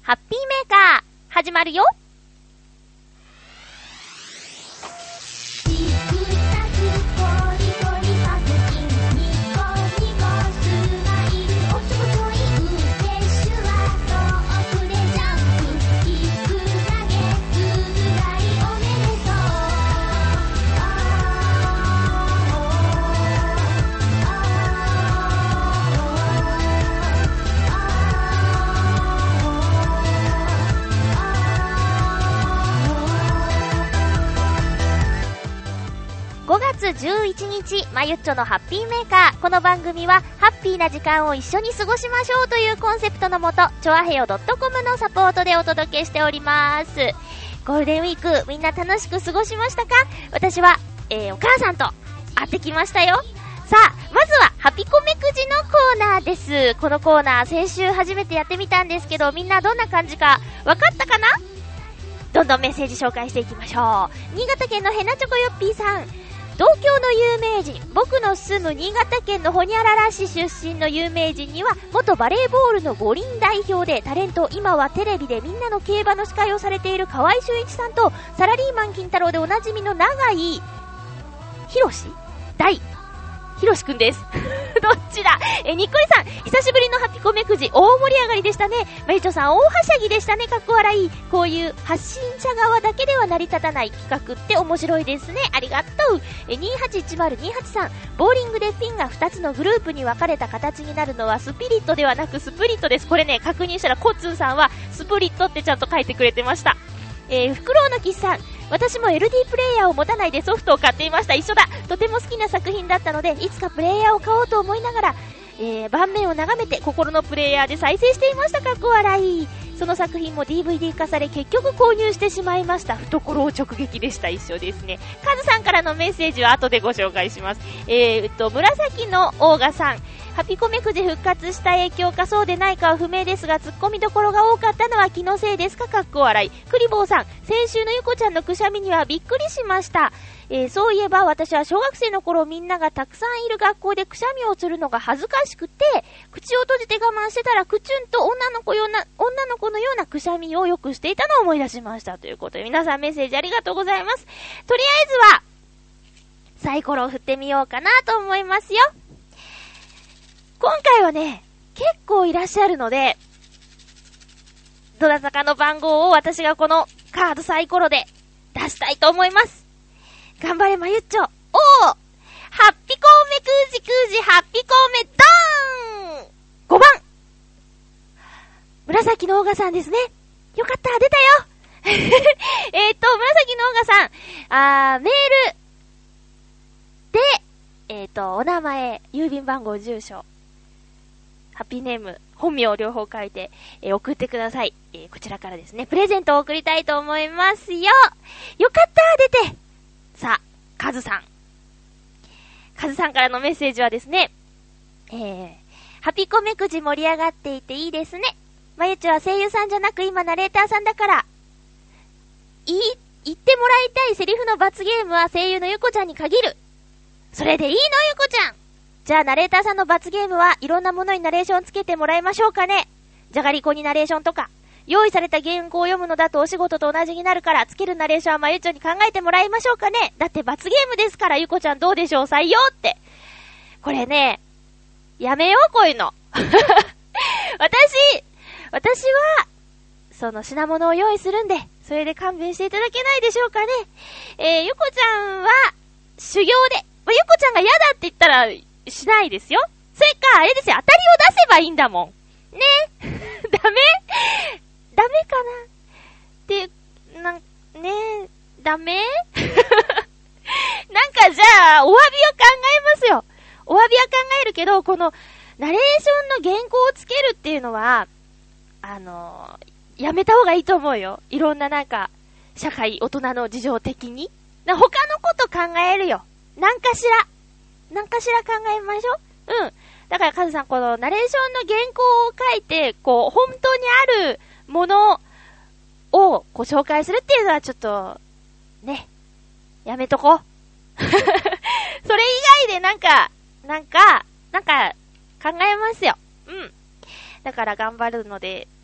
ハッピーメーカー始まるよ。5月11日、まゆっちょのハッピーメーカー。この番組はハッピーな時間を一緒に過ごしましょうというコンセプトのもと、ちょあへよ .com のサポートでお届けしております。ゴールデンウィークみんな楽しく過ごしましたか？私は、お母さんと会ってきましたよ。さあ、まずはハピコメくじのコーナーです。このコーナー先週初めてやってみたんですけど、みんなどんな感じか分かったかな？どんどんメッセージ紹介していきましょう。新潟県のヘナチョコヨッピーさん、東京の有名人、僕の住む新潟県のホニャララ市出身の有名人には、元バレーボールの五輪代表でタレント、今はテレビでみんなの競馬の司会をされている河合俊一さんと、サラリーマン金太郎でおなじみの長井博大博くんです。どっちだ？にっこりさん、久しぶりのハピコメくじ、大盛り上がりでしたね。まゆちょさん、大はしゃぎでしたね。かっこ笑い。こういう発信者側だけでは成り立たない企画って面白いですね。ありがとう。281028さん、ボーリングでピンが2つのグループに分かれた形になるのはスピリットではなくスプリットです。これね、確認したらコッツンさんはスプリットってちゃんと書いてくれてました。フクロウのキスさん、私も LD プレイヤーを持たないでソフトを買っていました。一緒だ。とても好きな作品だったので、いつかプレイヤーを買おうと思いながら、盤面を眺めて心のプレイヤーで再生していました。かっこ笑い。その作品も DVD 化され結局購入してしまいました。懐を直撃でした。一緒ですね。カズさんからのメッセージは後でご紹介します。紫のオーガさん、ハピコメくじ復活した影響かそうでないかは不明ですが、突っ込みどころが多かったのは気のせいですか？かっこ笑い。クリボーさん、先週のゆこちゃんのくしゃみにはびっくりしました。そういえば私は小学生の頃、みんながたくさんいる学校でくしゃみをするのが恥ずかしくて、口を閉じて我慢してたらクチュンと女の子のようなくしゃみをよくしていたのを思い出しました。ということで、皆さんメッセージありがとうございます。とりあえずはサイコロを振ってみようかなと思いますよ。今回はね、結構いらっしゃるので、どなたかの番号を私がこのカードサイコロで出したいと思います。頑張れまゆっちょ。ハッピコーメくじハッピコーメドーン !5 番紫のオーガさんですね。よかった、出たよ紫のオーガさん、メールで、お名前、郵便番号、住所、ハッピーネーム、本名両方書いて、送ってください。こちらからですね、プレゼントを送りたいと思いますよ。よかった、出て。さあ、カズさんからのメッセージはですね、ハピコメくじ盛り上がっていていいですね。まゆちは声優さんじゃなく今ナレーターさんだから、言ってもらいたいセリフの罰ゲームは声優のゆこちゃんに限る。それでいいのゆこちゃん。じゃあナレーターさんの罰ゲームはいろんなものにナレーションつけてもらいましょうかね。じゃがりこにナレーションとか、用意された原稿を読むのだとお仕事と同じになるから、つけるナレーションはまゆちょに考えてもらいましょうかね。だって罰ゲームですから、ゆこちゃんどうでしょう、採用って。これね、やめよう、こういうの。私は、その品物を用意するんで、それで勘弁していただけないでしょうかね。ゆこちゃんは、修行で、ゆこちゃんが嫌だって言ったら、しないですよ。それか、あれですよ、当たりを出せばいいんだもん。ね。ダメかなってダメなんかじゃあ、お詫びを考えますよ。お詫びは考えるけど、この、ナレーションの原稿をつけるっていうのは、やめた方がいいと思うよ。いろんななんか、社会、大人の事情的に。他のこと考えるよ。なんかしら考えましょう。うん。だからカズさん、このナレーションの原稿を書いて、こう、本当にあるものを、こう、紹介するっていうのはちょっと、ね、やめとこう。それ以外でなんか、考えますよ。うん。だから頑張るので、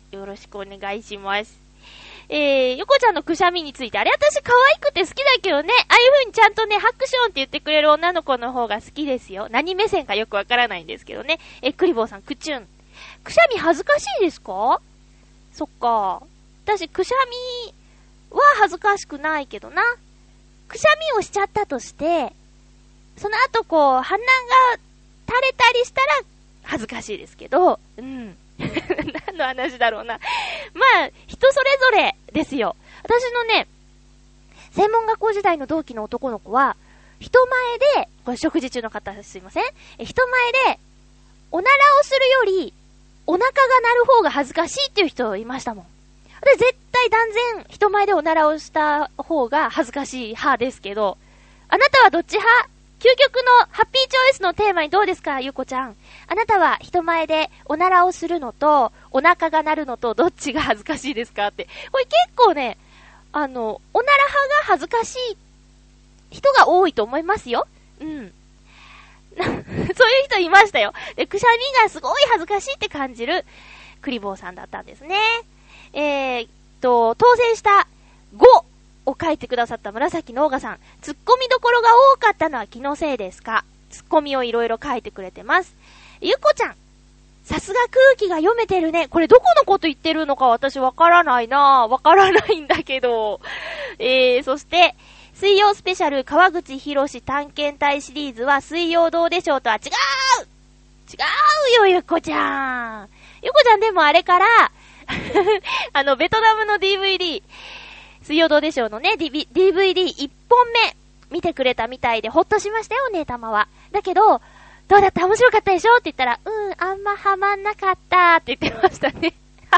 よろしくお願いします。ゆこちゃんのくしゃみについて、あれ私可愛くて好きだけどね、ああいう風にちゃんとね、ハクションって言ってくれる女の子の方が好きですよ。何目線かよくわからないんですけどね。クリボーさん、くちゅん。くしゃみ恥ずかしいですか？そっか。私、くしゃみは恥ずかしくないけどな。くしゃみをしちゃったとして、その後こう、鼻が垂れたりしたら恥ずかしいですけど、うん。何の話だろうな。まあ、人それぞれですよ。私のね、専門学校時代の同期の男の子は、人前で、これ食事中の方すいません。人前で、おならをするより、お腹が鳴る方が恥ずかしいっていう人いましたもん。で、絶対断然、人前でおならをした方が恥ずかしい派ですけど、あなたはどっち派？究極のハッピーチョイスのテーマにどうですか、ゆこちゃん。あなたは人前でおならをするのと、お腹が鳴るのと、どっちが恥ずかしいですかって。これ結構ね、おなら派が恥ずかしい人が多いと思いますよ。うん。そういう人いましたよ。で、くしゃみがすごい恥ずかしいって感じるクリボーさんだったんですね。当選した5を書いてくださった紫のオーガさん。ツッコミどころが多かったのは気のせいですか？ツッコミをいろいろ書いてくれてます。ゆこちゃん。さすが空気が読めてるね。これどこのこと言ってるのか私わからないな。わからないんだけど。そして、水曜スペシャル川口博士探検隊シリーズは水曜どうでしょうとは違うよ、ゆこちゃん。ゆこちゃんでもあれからベトナムの DVD、水曜どうでしょうのね、DVD1 本目見てくれたみたいでほっとしましたよね、たまは。だけど、どうだった面白かったでしょって言ったら、あんまハマんなかったって言ってましたね。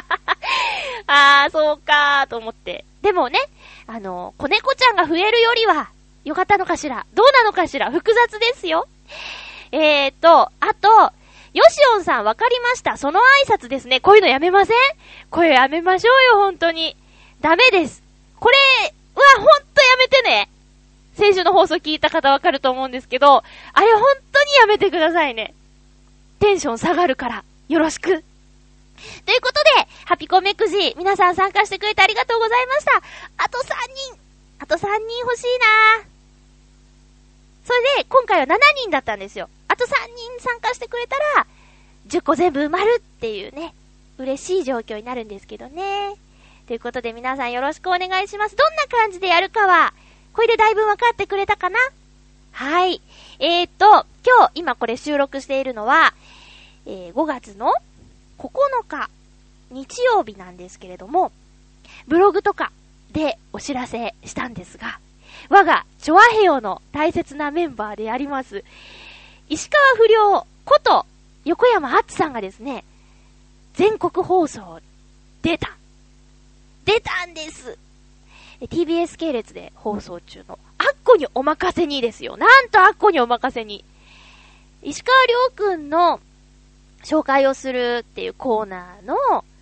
そうかーと思って。でもね、子猫ちゃんが増えるよりは、よかったのかしら？どうなのかしら？複雑ですよ。あと、ヨシオンさんわかりました。その挨拶ですね。こういうのやめません？これやめましょうよ、本当に。ダメです。これはほんとやめてね。先週の放送聞いた方わかると思うんですけど、あれほんとにやめてくださいね。テンション下がるから、よろしく。ということで、ハピコメくじ、皆さん参加してくれてありがとうございました。あと3人欲しいな。それで、今回は7人だったんですよ。あと3人参加してくれたら、10個全部埋まるっていうね、嬉しい状況になるんですけどね。ということで皆さんよろしくお願いします。どんな感じでやるかは、これでだいぶ分かってくれたかな？はい。今日、今これ収録しているのは、5月の9日、日曜日なんですけれども、ブログとかでお知らせしたんですが、我がチョアヘヨの大切なメンバーであります、石川不良こと横山あっちさんがですね、全国放送出たんです。TBS 系列で放送中のアッコにお任せにですよ。なんとアッコにお任せに。石川亮くんの紹介をするっていうコーナーの、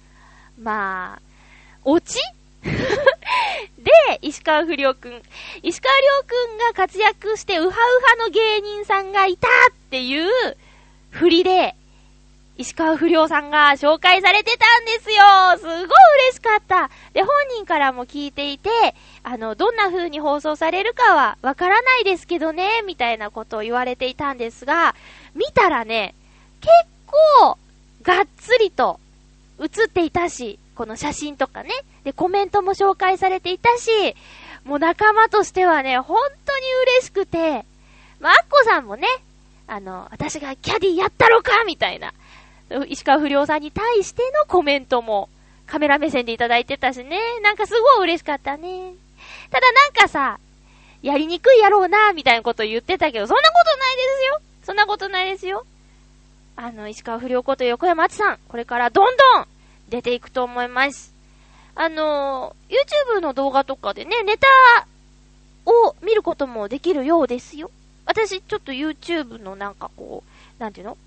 オチで、石川不良くんが活躍してウハウハの芸人さんがいたっていう振りで、石川不良さんが紹介されてたんですよ。すごい嬉しかった。で、本人からも聞いていて、どんな風に放送されるかはわからないですけどね、みたいなことを言われていたんですが、見たらね、結構、がっつりと映っていたし、この写真とかね、で、コメントも紹介されていたし、もう仲間としてはね、本当に嬉しくて、アッコさんもね、私がキャディやったろかみたいな、石川不良さんに対してのコメントもカメラ目線でいただいてたしね。なんかすごい嬉しかったね。ただなんかさ、やりにくいやろうなみたいなこと言ってたけど、そんなことないですよ。そんなことないですよ。石川不良こと横山あちさん、これからどんどん出ていくと思います。YouTube の動画とかでね、ネタを見ることもできるようですよ。私ちょっと YouTube のなんかこう、なんていうの？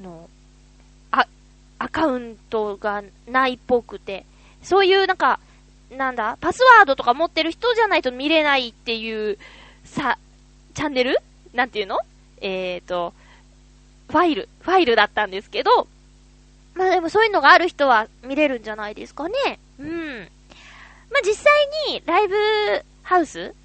アカウントがないっぽくて、そういうなんか、パスワードとか持ってる人じゃないと見れないっていうチャンネル？なんていうの？ファイルだったんですけど、 まあでもそういうのがある人は見れるんじゃないですかね。うん。まあ実際にライブハウス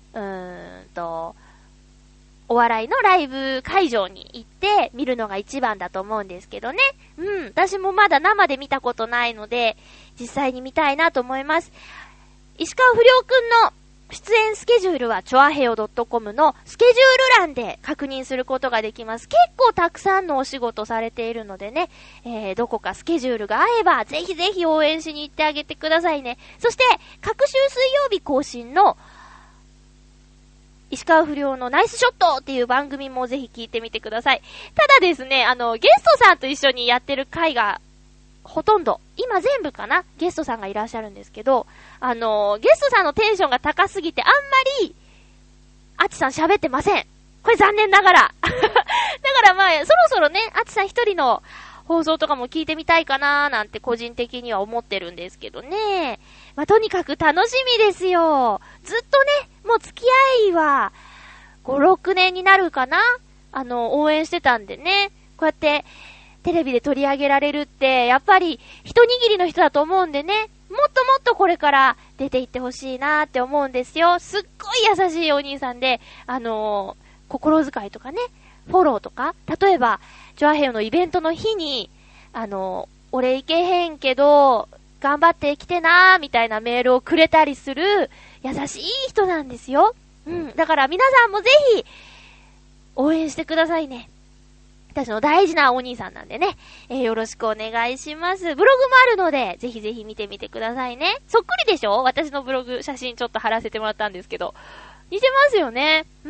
お笑いのライブ会場に行って見るのが一番だと思うんですけどね。うん。私もまだ生で見たことないので、実際に見たいなと思います。石川不良くんの出演スケジュールは、チョアヘオ .com のスケジュール欄で確認することができます。結構たくさんのお仕事されているのでね、どこかスケジュールが合えば、ぜひぜひ応援しに行ってあげてくださいね。そして、各週水曜日更新の、石川不良のナイスショットっていう番組もぜひ聞いてみてください。ただですね、ゲストさんと一緒にやってる回が、ほとんど、今全部かなゲストさんがいらっしゃるんですけど、ゲストさんのテンションが高すぎて、あんまり、あちさん喋ってません。これ残念ながら。だからまあ、そろそろね、あちさん一人の放送とかも聞いてみたいかなーなんて個人的には思ってるんですけどね。まあ、とにかく楽しみですよ。ずっとね、もう付き合いは、5、6年になるかな応援してたんでね。こうやって、テレビで取り上げられるって、やっぱり一握りの人だと思うんでね、もっともっとこれから出ていってほしいなーって思うんですよ。すっごい優しいお兄さんで、心遣いとかね、フォローとか、例えば、チョアヘヨのイベントの日に、俺行けへんけど、頑張って来てなーみたいなメールをくれたりする優しい人なんですよ。うん。だから皆さんもぜひ、応援してくださいね。私の大事なお兄さんなんでね、よろしくお願いします。ブログもあるので、ぜひぜひ見てみてくださいね。そっくりでしょ？私のブログ写真ちょっと貼らせてもらったんですけど。似てますよね。うん。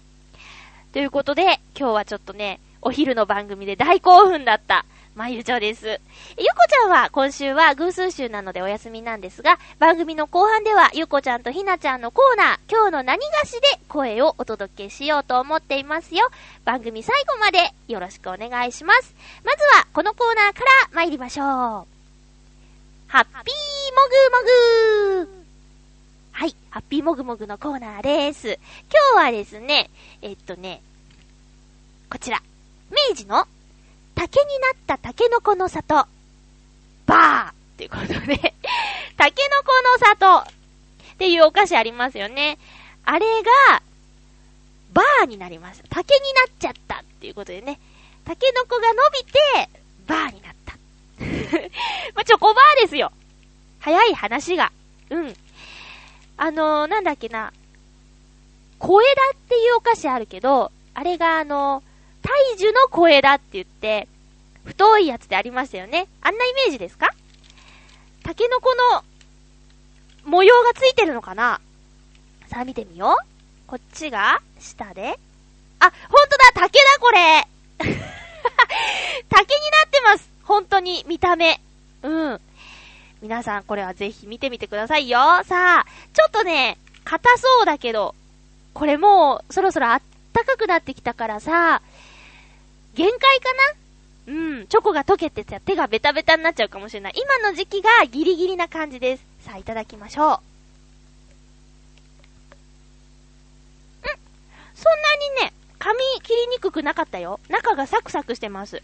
ということで、今日はちょっとね、お昼の番組で大興奮だった、まゆちょです。ゆこちゃんは今週は偶数週なのでお休みなんですが、番組の後半ではゆこちゃんとひなちゃんのコーナー、今日の何がしで声をお届けしようと思っていますよ。番組最後までよろしくお願いします。まずはこのコーナーから参りましょう。ハッピーもぐもぐ。はい、ハッピーもぐもぐのコーナーです。今日はですね、こちら、明治の竹になったタケノコの里、バーっていうことで、タケノコの里っていうお菓子ありますよね。あれが、バーになりました。竹になっちゃったっていうことでね、タケノコが伸びて、バーになった。まあ、チョコバーですよ。早い話が。うん。なんだっけな、小枝っていうお菓子あるけど、あれが大樹の小枝って言って、太いやつでありましたよね。あんなイメージですか？タケノコの模様がついてるのかな？さあ見てみよう。こっちが下で。あ、ほんとだ、竹だこれ。竹になってます。本当に見た目。うん。皆さんこれはぜひ見てみてくださいよ。さあ、ちょっとね、硬そうだけど、これもうそろそろあったかくなってきたからさ、限界かな？うん、チョコが溶けてさ、手がベタベタになっちゃうかもしれない。今の時期がギリギリな感じです。さあ、いただきましょう。そんなにね、髪切りにくくなかったよ。中がサクサクしてます。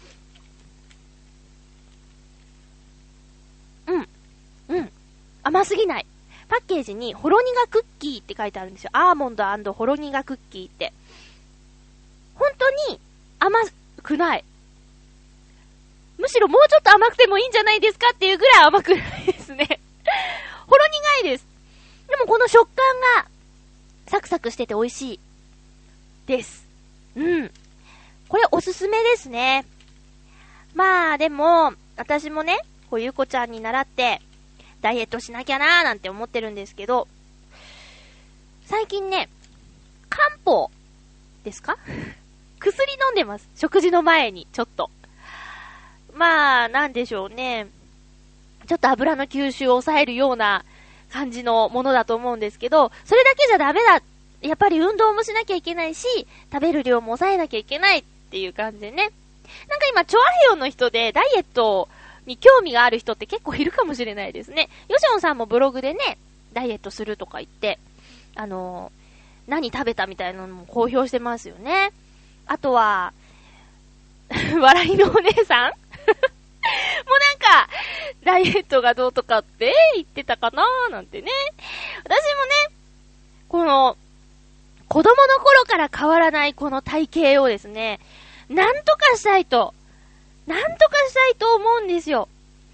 甘すぎない。パッケージにほろ苦クッキーって書いてあるんですよ。アーモンド&ほろ苦クッキーって。本当に甘くない。むしろもうちょっと甘くてもいいんじゃないですかっていうぐらい甘くないですね。ほろ苦いです。でもこの食感がサクサクしてて美味しいです。うん。これおすすめですね。まあでも私もね、こうゆうこちゃんに習ってダイエットしなきゃなーなんて思ってるんですけど、最近ね、漢方ですか？薬飲んでます。食事の前にちょっと。まあなんでしょうね。ちょっと油の吸収を抑えるような感じのものだと思うんですけど、それだけじゃダメだ。やっぱり運動もしなきゃいけないし、食べる量も抑えなきゃいけないっていう感じでね。なんか今チョアヘヨの人でダイエットに興味がある人って結構いるかもしれないですね。ヨシオンさんもブログでね、ダイエットするとか言って、何食べたみたいなのも公表してますよね。あとは、笑いのお姉さんか、ダイエットがどうとかって言ってたかなーなんてね。私もね、この、子供の頃から変わらないこの体型をですね、なんとかしたいと思うんですよ。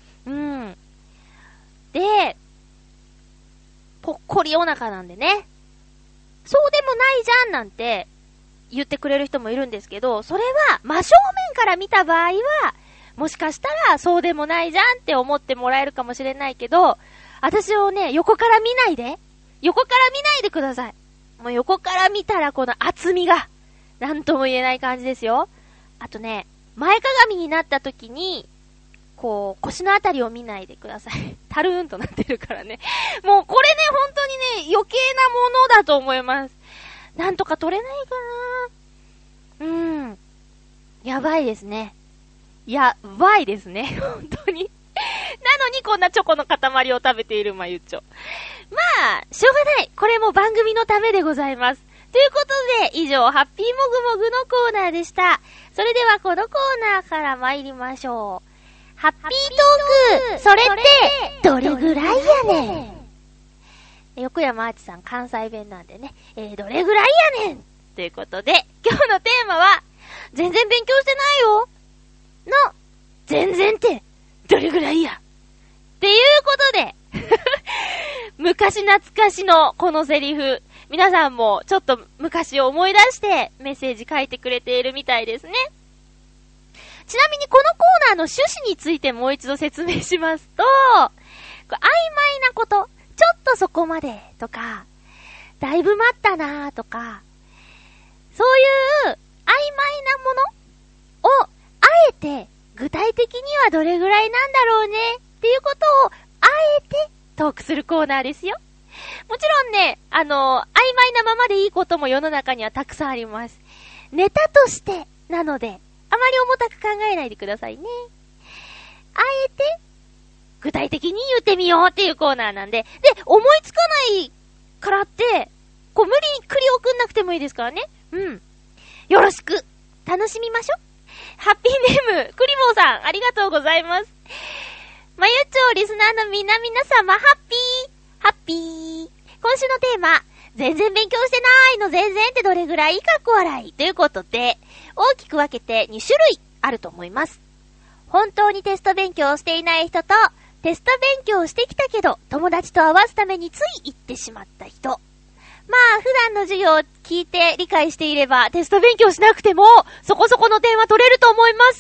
で、ぽっこりお腹なんでね、そうでもないじゃんなんて言ってくれる人もいるんですけど、それは真正面から見た場合は、もしかしたらそうでもないじゃんって思ってもらえるかもしれないけど、私をね、横から見ないでください。もう横から見たらこの厚みが、なんとも言えない感じですよ。あとね、前かがみになった時に、こう、腰のあたりを見ないでください。タルーンとなってるからね。もうこれね、本当にね、余計なものだと思います。なんとか取れないかな。やばいですね。やばいですね。本当に。なのにこんなチョコの塊を食べているまゆっちょ。まあ、しょうがない。これも番組のためでございます。ということで、以上、ハッピーもぐもぐのコーナーでした。それではこのコーナーから参りましょう。ハッピートーク、それってどれぐらいやねん。横山アーチさん関西弁なんでね、どれぐらいやねんということで、今日のテーマは、全然勉強してないよの、全然ってどれぐらいやっていうことで昔懐かしのこのセリフ、皆さんもちょっと昔を思い出してメッセージ書いてくれているみたいですね。ちなみにこのコーナーの趣旨についてもう一度説明しますと、曖昧なこと、ちょっとそこまでとか、だいぶ待ったなーとか、そういう曖昧なものをあえて具体的にはどれぐらいなんだろうねっていうことをあえてトークするコーナーですよ。もちろんね、曖昧なままでいいことも世の中にはたくさんあります。ネタとしてなので、あまり重たく考えないでくださいね。あえて具体的に言ってみようっていうコーナーなんで、で、思いつかないからって、こう無理に栗を送んなくてもいいですからね。よろしく楽しみましょ。ハッピーネームクリボーさん、ありがとうございます。まゆっちょリスナーの皆様、ハッピー。今週のテーマ、全然勉強してないの全然ってどれぐらいかっこ笑いということで、大きく分けて2種類あると思います。本当にテスト勉強をしていない人と、テスト勉強をしてきたけど友達と合わすためについ言ってしまった人。まあ普段の授業を聞いて理解していればテスト勉強しなくてもそこそこの点は取れると思います。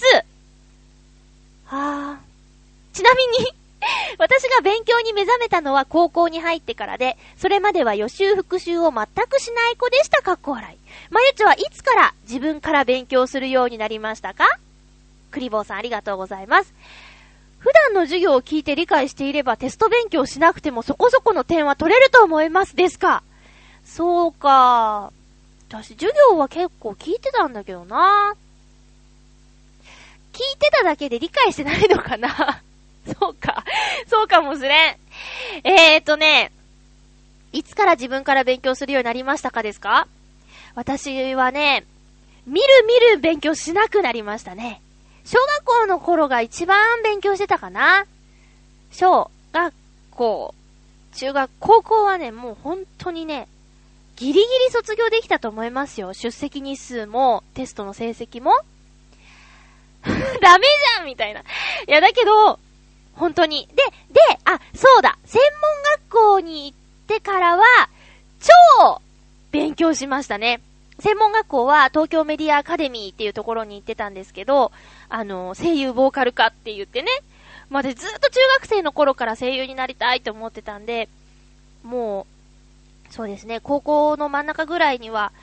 ちなみに私が勉強に目覚めたのは高校に入ってからで、それまでは予習復習を全くしない子でした。かっこ笑い。まゆちはいつから自分から勉強するようになりましたか？クリボーさん、ありがとうございます。普段の授業を聞いて理解していればテスト勉強しなくてもそこそこの点は取れると思いますですか？そうか。私授業は結構聞いてたんだけどな。聞いてただけで理解してないのかなそうかもしれん。いつから自分から勉強するようになりましたかですか？私はね、みる勉強しなくなりましたね。小学校の頃が一番勉強してたかな。小学校、中学、高校はね、もう本当にね、ギリギリ卒業できたと思いますよ。出席日数も、テストの成績も。ダメじゃんみたいな。いや、だけど、本当に。そうだ。専門学校に行ってからは、超勉強しましたね。専門学校は東京メディアアカデミーっていうところに行ってたんですけど、声優ボーカル科って言ってね、までずっと中学生の頃から声優になりたいと思ってたんで、もう、そうですね、高校の真ん中ぐらいには、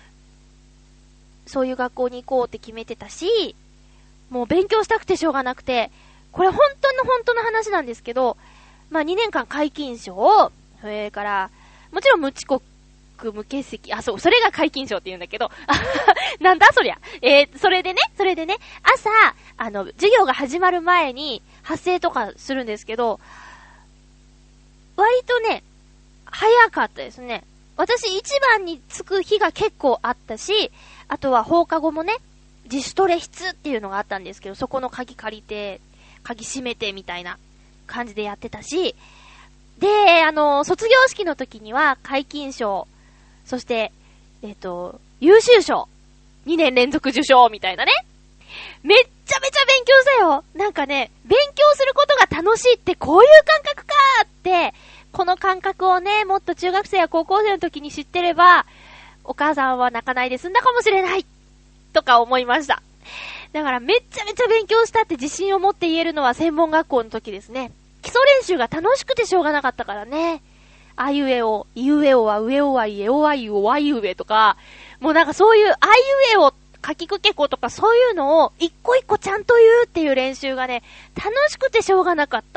そういう学校に行こうって決めてたし、もう勉強したくてしょうがなくて、これ本当の話なんですけど、まあ2年間皆勤賞、それから、もちろん無遅刻、無欠席、それが皆勤賞って言うんだけど、なんだそりゃ。それでね、朝、授業が始まる前に発声とかするんですけど、割とね、早かったですね。私一番につく日が結構あったし、あとは放課後もね、自主トレ室っていうのがあったんですけど、そこの鍵借りて、 鍵閉めてみたいな感じでやってたし、で、卒業式の時には皆勤賞、そして、優秀賞、2年連続受賞みたいなね。めっちゃめちゃ勉強したよ。なんかね、勉強することが楽しいってこういう感覚かーって、この感覚をね、もっと中学生や高校生の時に知ってれば、お母さんは泣かないで済んだかもしれない、とか思いました。だからめっちゃめちゃ勉強したって自信を持って言えるのは専門学校の時ですね。基礎練習が楽しくてしょうがなかったからね。あいうえお、いうえおは、うえおはいえおはいおわいうえとか、もうなんかそういうあいうえお、かきくけことかそういうのを一個一個ちゃんと言うっていう練習がね、楽しくてしょうがなかった。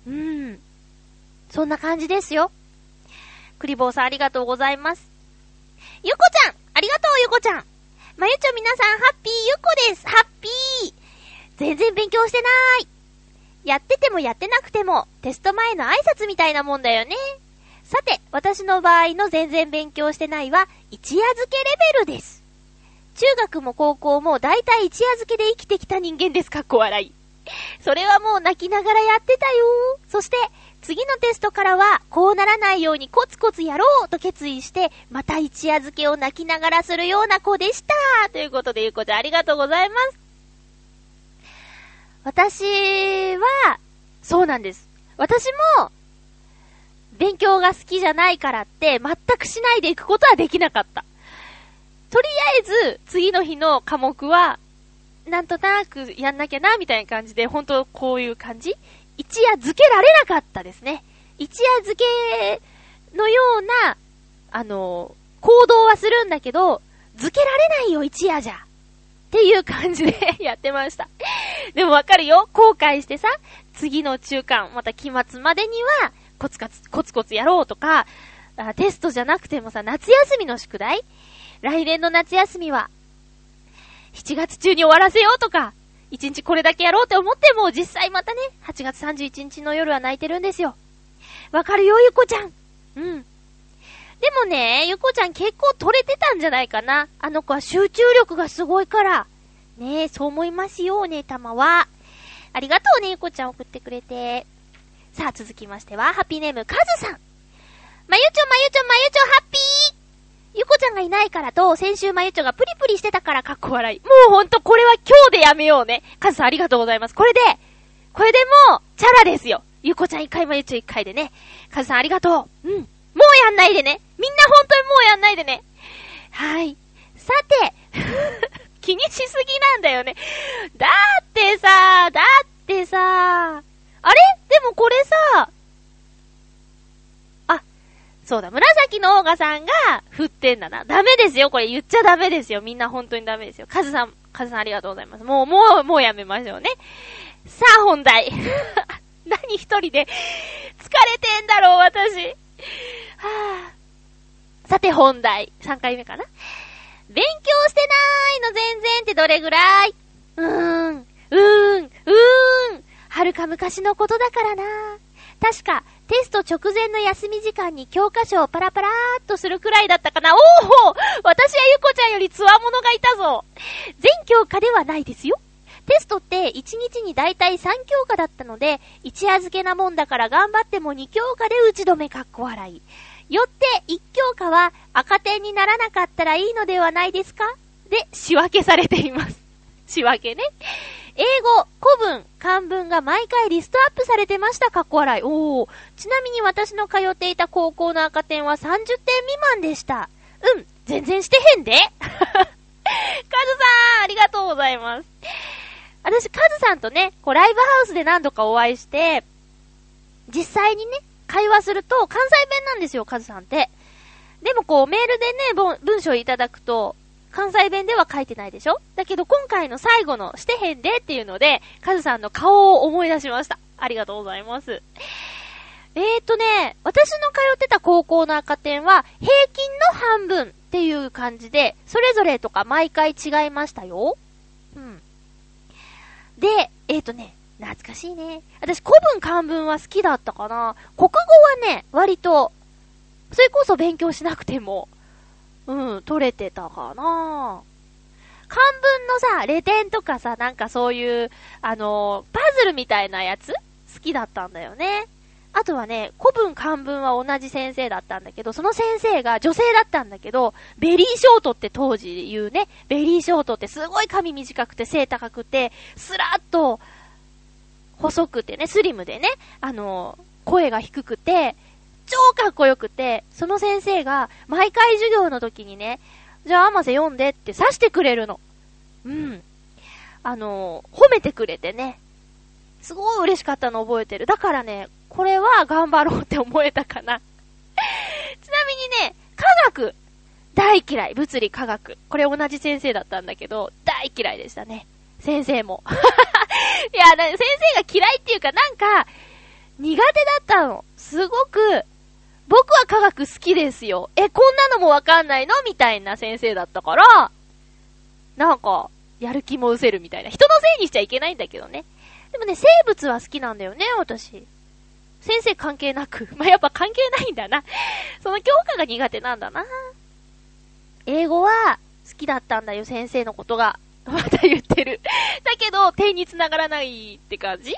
そんな感じですよ。クリボーさんありがとうございます。ゆこちゃんありがとうゆこちゃん。まゆちょ皆さんハッピーゆこです。ハッピー。全然勉強してない。やっててもやってなくてもテスト前の挨拶みたいなもんだよね。さて、私の場合の全然勉強してないは一夜漬けレベルです。中学も高校もだいたい一夜漬けで生きてきた人間です。かっこ笑い。それはもう泣きながらやってたよ。そして次のテストからはこうならないようにコツコツやろうと決意してまた一夜漬けを泣きながらするような子でした。ということでゆうこちゃんありがとうございます。私はそうなんです。私も勉強が好きじゃないからって全くしないでいくことはできなかった。とりあえず次の日の科目はなんとなくやんなきゃなみたいな感じで、本当こういう感じ、一夜漬けられなかったですね。一夜漬けのような行動はするんだけど漬けられないよ一夜じゃっていう感じでやってました。でもわかるよ、後悔してさ、次の中間また期末までにはコツコツやろうとか、テストじゃなくてもさ、夏休みの宿題、来年の夏休みは7月中に終わらせようとか、1日これだけやろうって思っても実際またね、8月31日の夜は泣いてるんですよ。わかるよゆこちゃん。でもね、ゆこちゃん結構取れてたんじゃないかな。あの子は集中力がすごいからね。そう思いますよね、たまは。ありがとうねゆこちゃん、送ってくれて。さあ続きましてはハッピーネームカズさん。まゆちょハッピー。ゆこちゃんがいないからと、先週まゆちょがプリプリしてたからかっこ笑い。もうほんとこれは今日でやめようね。カズさんありがとうございます。これでもうチャラですよ。ゆこちゃん1回まゆちょ1回でね。カズさんありがとう。もうやんないでね。みんな本当にもうやんないでね。はい。さて気にしすぎなんだよね。だってさ、あれでもこれさ、そうだ、紫のオーガさんが振ってんだな。ダメですよ、これ言っちゃダメですよ。みんな本当にダメですよ。カズさんありがとうございます。もうやめましょうね。さあ本題。何一人で疲れてんだろう、私。さて本題。3回目かな。勉強してないの全然ってどれぐらい？はるか昔のことだからな。確かテスト直前の休み時間に教科書をパラパラーっとするくらいだったかな。おお、私はゆこちゃんよりつわものがいたぞ。全教科ではないですよ。テストって1日にだいたい3教科だったので、一夜漬けなもんだから頑張っても2教科で打ち止めかっこ笑い。よって1教科は赤点にならなかったらいいのではないですか？で仕分けされています。仕分けね。英語、古文、漢文が毎回リストアップされてました。かっこ笑い。ちなみに私の通っていた高校の赤点は30点未満でした。全然してへんで。カズさん、ありがとうございます。私、カズさんとね、ライブハウスで何度かお会いして、実際にね、会話すると関西弁なんですよ、カズさんって。でもメールでね、文章いただくと、関西弁では書いてないでしょ？だけど今回の最後のしてへんでっていうので、カズさんの顔を思い出しました。ありがとうございます。私の通ってた高校の赤点は平均の半分っていう感じで、それぞれとか毎回違いましたよ。で、懐かしいね。私古文漢文は好きだったかな。国語はね、割と、それこそ勉強しなくても、取れてたかな。 漢文のさ、レ点とかさ、なんかそういう、パズルみたいなやつ好きだったんだよね。あとはね、古文漢文は同じ先生だったんだけど、その先生が女性だったんだけど、ベリーショートって当時言うね、ベリーショートってすごい髪短くて背高くて、スラッと細くてね、スリムでね、声が低くて、超かっこよくて、その先生が毎回授業の時にね、じゃあ甘瀬読んでって指してくれるの。褒めてくれてね、すごい嬉しかったの覚えてる。だからね、これは頑張ろうって思えたかな。ちなみにね、科学、大嫌い。物理科学。これ同じ先生だったんだけど、大嫌いでしたね。先生も。いや、先生が嫌いっていうか、なんか、苦手だったの。すごく、僕は科学好きですよ。こんなのもわかんないのみたいな先生だったから、なんか、やる気も失せるみたいな。人のせいにしちゃいけないんだけどね。でもね、生物は好きなんだよね、私。先生関係なく。やっぱ関係ないんだな。その教科が苦手なんだな。英語は好きだったんだよ、先生のことが。また言ってる。だけど、点に繋がらないって感じ？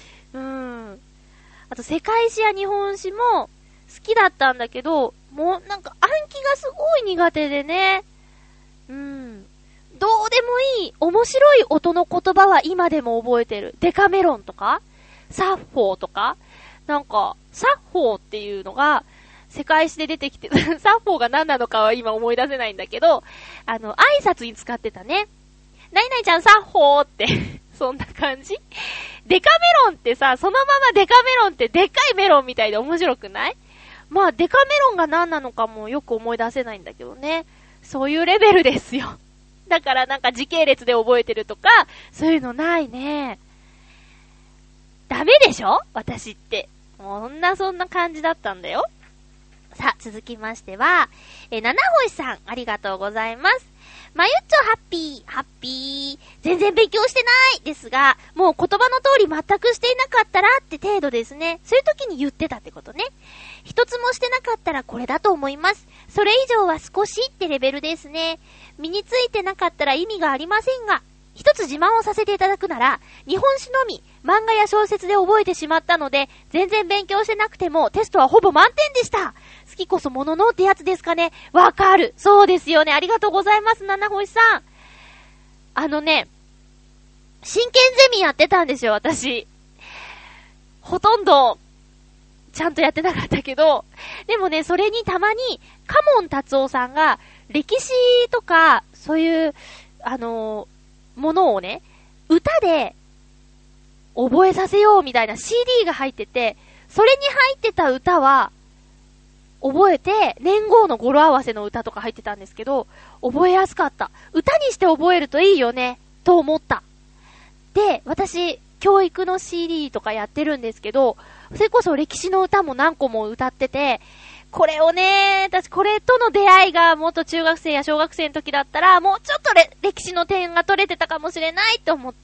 あと、世界史や日本史も好きだったんだけど、もうなんか暗記がすごい苦手でね。どうでもいい、面白い音の言葉は今でも覚えてる。デカメロンとかサッフォーとかなんか、サッフォーっていうのが、世界史で出てきて、サッフォーが何なのかは今思い出せないんだけど、挨拶に使ってたね。何々ちゃんサッフォーって、そんな感じ？デカメロンってさ、そのままデカメロンってでっかいメロンみたいで面白くない？まあ、デカメロンが何なのかもよく思い出せないんだけどね。そういうレベルですよ。だからなんか時系列で覚えてるとか、そういうのないね。ダメでしょ？私って。そんな感じだったんだよ。さあ、続きましては、七星さん、ありがとうございます。まゆっちょハッピー。全然勉強してないですが、もう言葉の通り全くしていなかったらって程度ですね。そういう時に言ってたってことね。一つもしてなかったらこれだと思います。それ以上は少しってレベルですね。身についてなかったら意味がありませんが、一つ自慢をさせていただくなら、日本史のみ漫画や小説で覚えてしまったので、全然勉強してなくてもテストはほぼ満点でした。好きこそもののってやつですかね。わかる。そうですよね。ありがとうございます、七星さん。真剣ゼミやってたんですよ、私。ほとんど、ちゃんとやってなかったけど、でもね、それにたまに、カモン達夫さんが、歴史とか、そういう、ものをね、歌で、覚えさせようみたいな CD が入ってて、それに入ってた歌は、覚えて、年号の語呂合わせの歌とか入ってたんですけど、覚えやすかった。歌にして覚えるといいよね、と思った。で、私、教育の CD とかやってるんですけど、それこそ歴史の歌も何個も歌ってて、これをね、私これとの出会いがもっと中学生や小学生の時だったら、もうちょっと歴史の点が取れてたかもしれないと思って、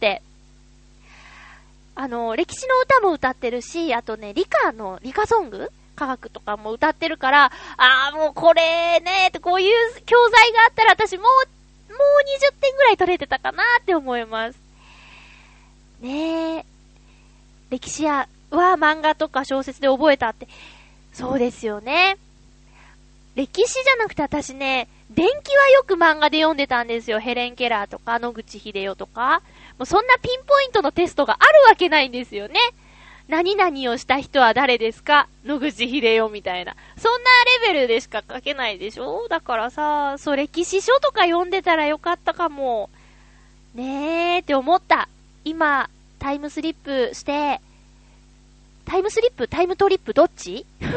歴史の歌も歌ってるし、あとね、理科ソング科学とかも歌ってるから、もうこれね、こういう教材があったら私もう20点ぐらい取れてたかなって思います。ねえ。歴史は漫画とか小説で覚えたって。そうですよね。歴史じゃなくて私ね、伝記はよく漫画で読んでたんですよ。ヘレン・ケラーとか野口英世とか。もうそんなピンポイントのテストがあるわけないんですよね。何々をした人は誰ですか？野口英世みたいな。そんなレベルでしか書けないでしょ？だからさ、歴史書とか読んでたらよかったかも。ねーって思った。今、タイムスリップして、タイムトリップどっち？わかん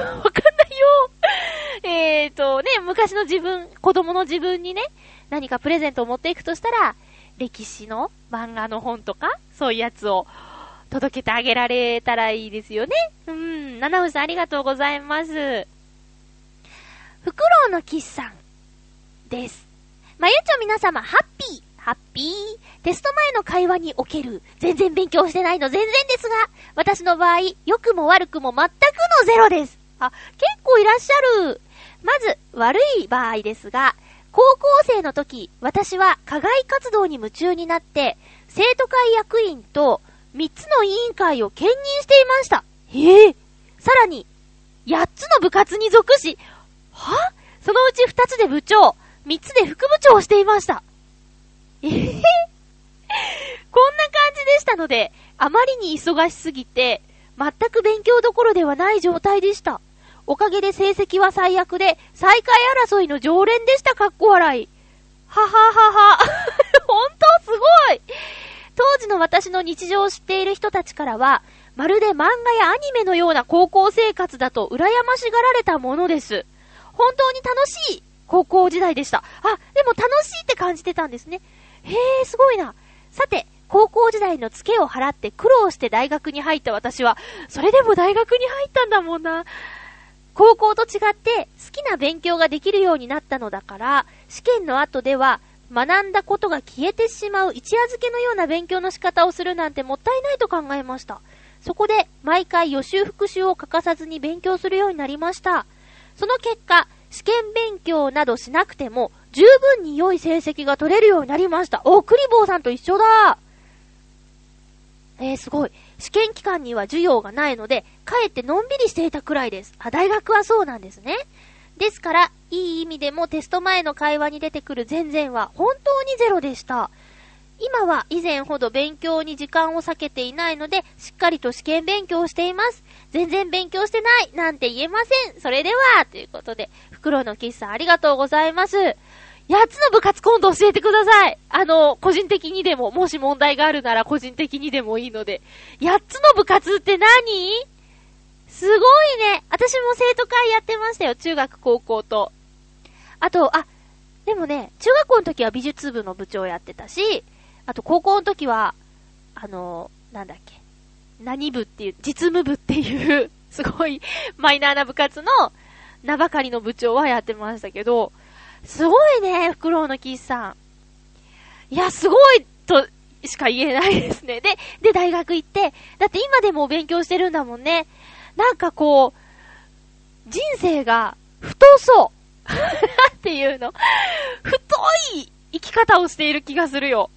ないよ。昔の子供の自分にね、何かプレゼントを持っていくとしたら、歴史の漫画の本とか、そういうやつを届けてあげられたらいいですよね。七星さんありがとうございます。フクロウのキスさんです。まゆっちょ皆様、ハッピー。テスト前の会話における、全然勉強してないの全然ですが、私の場合、良くも悪くも全くのゼロです。結構いらっしゃる。まず、悪い場合ですが、 高校生の時、私は課外活動に夢中になって、生徒会役員と3つの委員会を兼任していました。さらに、8つの部活に属し、そのうち2つで部長、3つで副部長をしていました。こんな感じでしたので、あまりに忙しすぎて、全く勉強どころではない状態でした。おかげで成績は最悪で、最下位争いの常連でした。かっこ笑い。はははは。本当すごい。当時の私の日常を知っている人たちからは、まるで漫画やアニメのような高校生活だと羨ましがられたものです。本当に楽しい高校時代でした。でも楽しいって感じてたんですね。すごいな。さて、高校時代のツケを払って苦労して大学に入った私は、それでも大学に入ったんだもんな。高校と違って好きな勉強ができるようになったのだから、試験の後では学んだことが消えてしまう一夜漬けのような勉強の仕方をするなんてもったいないと考えました。そこで毎回予習復習を欠かさずに勉強するようになりました。その結果、試験勉強などしなくても十分に良い成績が取れるようになりました。クリボーさんと一緒だ。すごい。試験期間には授業がないので、かえってのんびりしていたくらいです。大学はそうなんですね。ですから、いい意味でもテスト前の会話に出てくる全然は本当にゼロでした。今は以前ほど勉強に時間を割けていないので、しっかりと試験勉強をしています。全然勉強してないなんて言えません。それでは、ということで、フクロウのキスさんありがとうございます。8つの部活今度教えてください。個人的にでも、もし問題があるなら個人的にでもいいので。8つの部活って何？すごいね。私も生徒会やってましたよ。中学、高校と。あと、でもね、中学校の時は美術部の部長やってたし、あと高校の時は、なんだっけ。何部っていう、実務部っていう、すごいマイナーな部活の名ばかりの部長はやってましたけど、すごいね、フクロウのキスさん。いや、すごいとしか言えないですね。で、大学行って、だって今でも勉強してるんだもんね。なんかこう、人生が太そう。っていうの。太い生き方をしている気がするよ。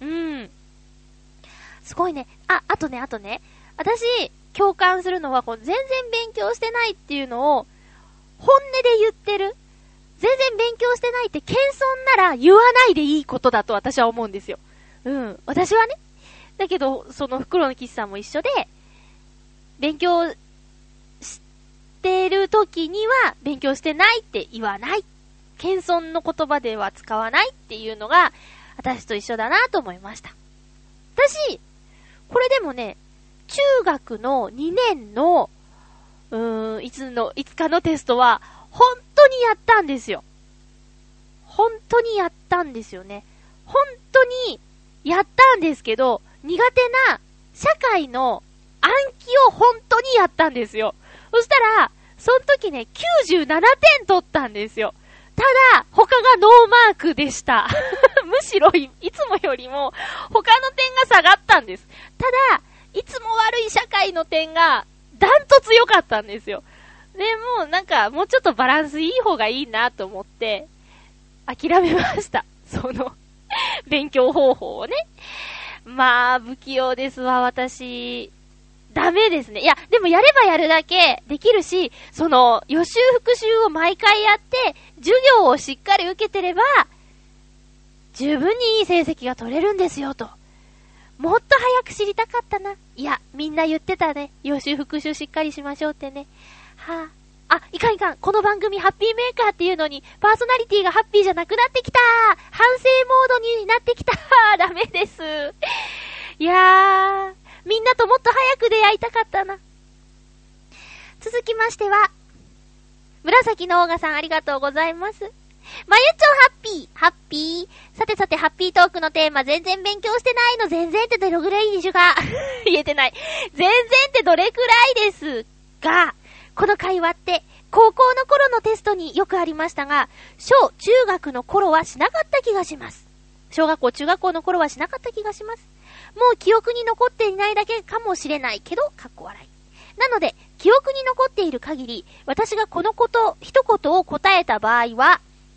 すごいね。あとね。私、共感するのは、全然勉強してないっていうのを、本音で言ってる。全然勉強してないって謙遜なら言わないでいいことだと私は思うんですよ。私はね。だけど、そのフクロウのキスさんも一緒で、勉強してる時には勉強してないって言わない。謙遜の言葉では使わないっていうのが、私と一緒だなと思いました。私、これでもね、中学の2年の、いつかのテストは、本当にやったんですよ。本当にやったんですよね。本当にやったんですけど、苦手な社会の暗記を本当にやったんですよ。そしたら、その時ね、97点取ったんですよ。ただ、他がノーマークでした。むしろいつもよりも他の点が下がったんです。ただ、いつも悪い社会の点がダントツ良かったんですよ。でもなんかもうちょっとバランスいい方がいいなと思って諦めました。その勉強方法をね。まあ不器用ですわ私。ダメですね。いやでもやればやるだけできるし、その予習復習を毎回やって授業をしっかり受けてれば十分にいい成績が取れるんですよと。もっと早く知りたかったな。いやみんな言ってたね。予習復習しっかりしましょうってね。いかん。この番組ハッピーメーカーっていうのにパーソナリティがハッピーじゃなくなってきた。反省モードになってきた。ダメです。いやー、みんなともっと早く出会いたかったな。続きましては、紫のオーガさんありがとうございます。まゆっちょハッピー。さてハッピートークのテーマ、全然勉強してないの。全然ってどれぐらいでしょうか言えてない。全然ってどれくらいですが、この会話って高校の頃のテストによくありましたが、小中学の頃はしなかった気がします。小学校中学校の頃はしなかった気がします。もう記憶に残っていないだけかもしれないけど、かっこ笑い。なので記憶に残っている限り、私がこのこと一言を答えた場合は、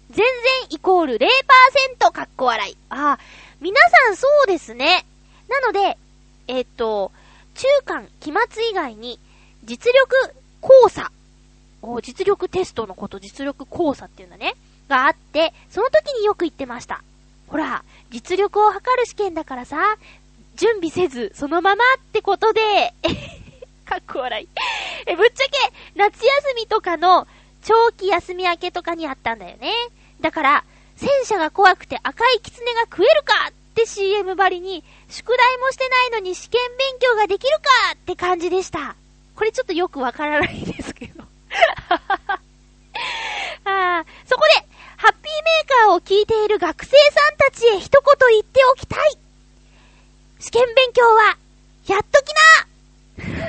全然イコール 0% かっこ笑い。皆さんそうですね。なので、中間、期末以外に、実力考査。実力テストのこと、実力考査っていうのね、があって、その時によく言ってました。ほら、実力を測る試験だからさ、準備せず、そのままってことで、かっこ笑い。ぶっちゃけ、夏休みとかの長期休み明けとかにあったんだよね。だから、戦車が怖くて赤い狐が食えるかって CM ばりに、宿題もしてないのに試験勉強ができるかって感じでした。これちょっとよくわからないんですけど。そこで、ハッピーメーカーを聞いている学生さんたちへ一言言っておきたい。試験勉強は、やっときな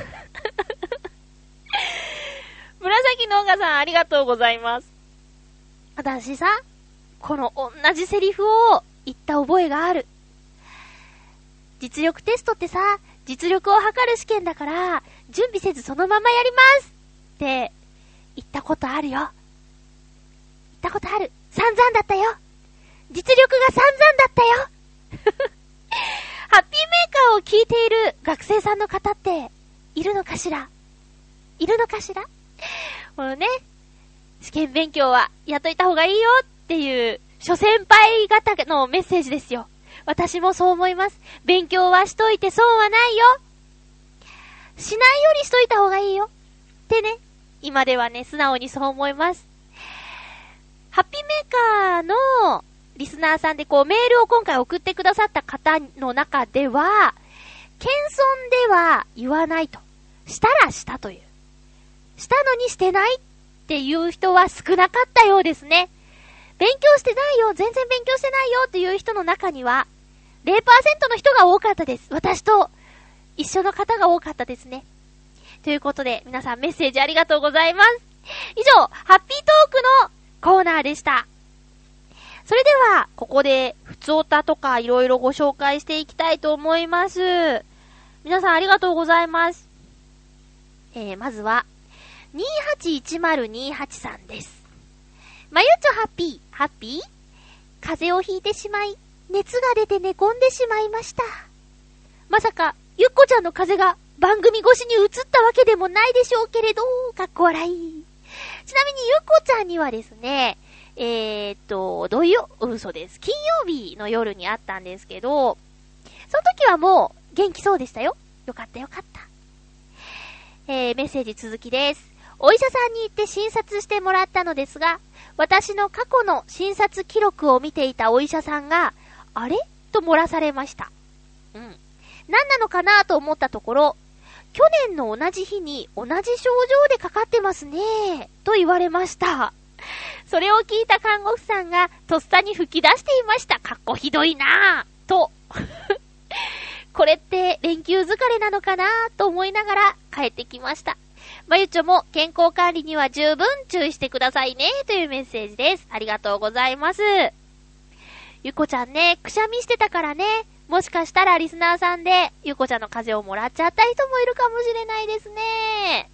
紫のがさんありがとうございます。私さ、この同じセリフを言った覚えがある。実力テストってさ、実力を測る試験だから、準備せずそのままやりますって言ったことあるよ。言ったことある。散々だったよ。実力が散々だったよ。ハッピーメーカーを聞いている学生さんの方っているのかしら？いるのかしら？このね、試験勉強はやっといた方がいいよっていう諸先輩方のメッセージですよ。私もそう思います。勉強はしといて損はないよ。しないよりしといた方がいいよ。ってね、今ではね、素直にそう思います。ハッピーメーカーのリスナーさんでメールを今回送ってくださった方の中では、謙遜では言わないと。したらしたという。したのにしてないっていう人は少なかったようですね。勉強してないよ、全然勉強してないよっていう人の中には、0% の人が多かったです。私と一緒の方が多かったですね。ということで、皆さんメッセージありがとうございます。以上、ハッピートークのコーナーでした。それでは、ここで、ふつおたとかいろいろご紹介していきたいと思います。皆さんありがとうございます。まずは、281028さんです。まゆちょハッピー、ハッピー？風邪をひいてしまい、熱が出て寝込んでしまいました。まさか、ゆっこちゃんの風邪が番組越しに映ったわけでもないでしょうけれど、かっこ笑い。ちなみにゆっこちゃんにはですね、嘘です。金曜日の夜にあったんですけど、その時はもう元気そうでしたよ。よかったよかった。メッセージ続きです。お医者さんに行って診察してもらったのですが、私の過去の診察記録を見ていたお医者さんが、あれ？と漏らされました。何なのかなと思ったところ、去年の同じ日に同じ症状でかかってますね、と言われました。それを聞いた看護婦さんがとっさに吹き出していました。かっこひどいなぁ、と。これって連休疲れなのかなと思いながら帰ってきました。まゆちょも健康管理には十分注意してくださいね、というメッセージです。ありがとうございます。ゆこちゃんね、くしゃみしてたからね、もしかしたらリスナーさんでゆこちゃんの風邪をもらっちゃった人もいるかもしれないですね。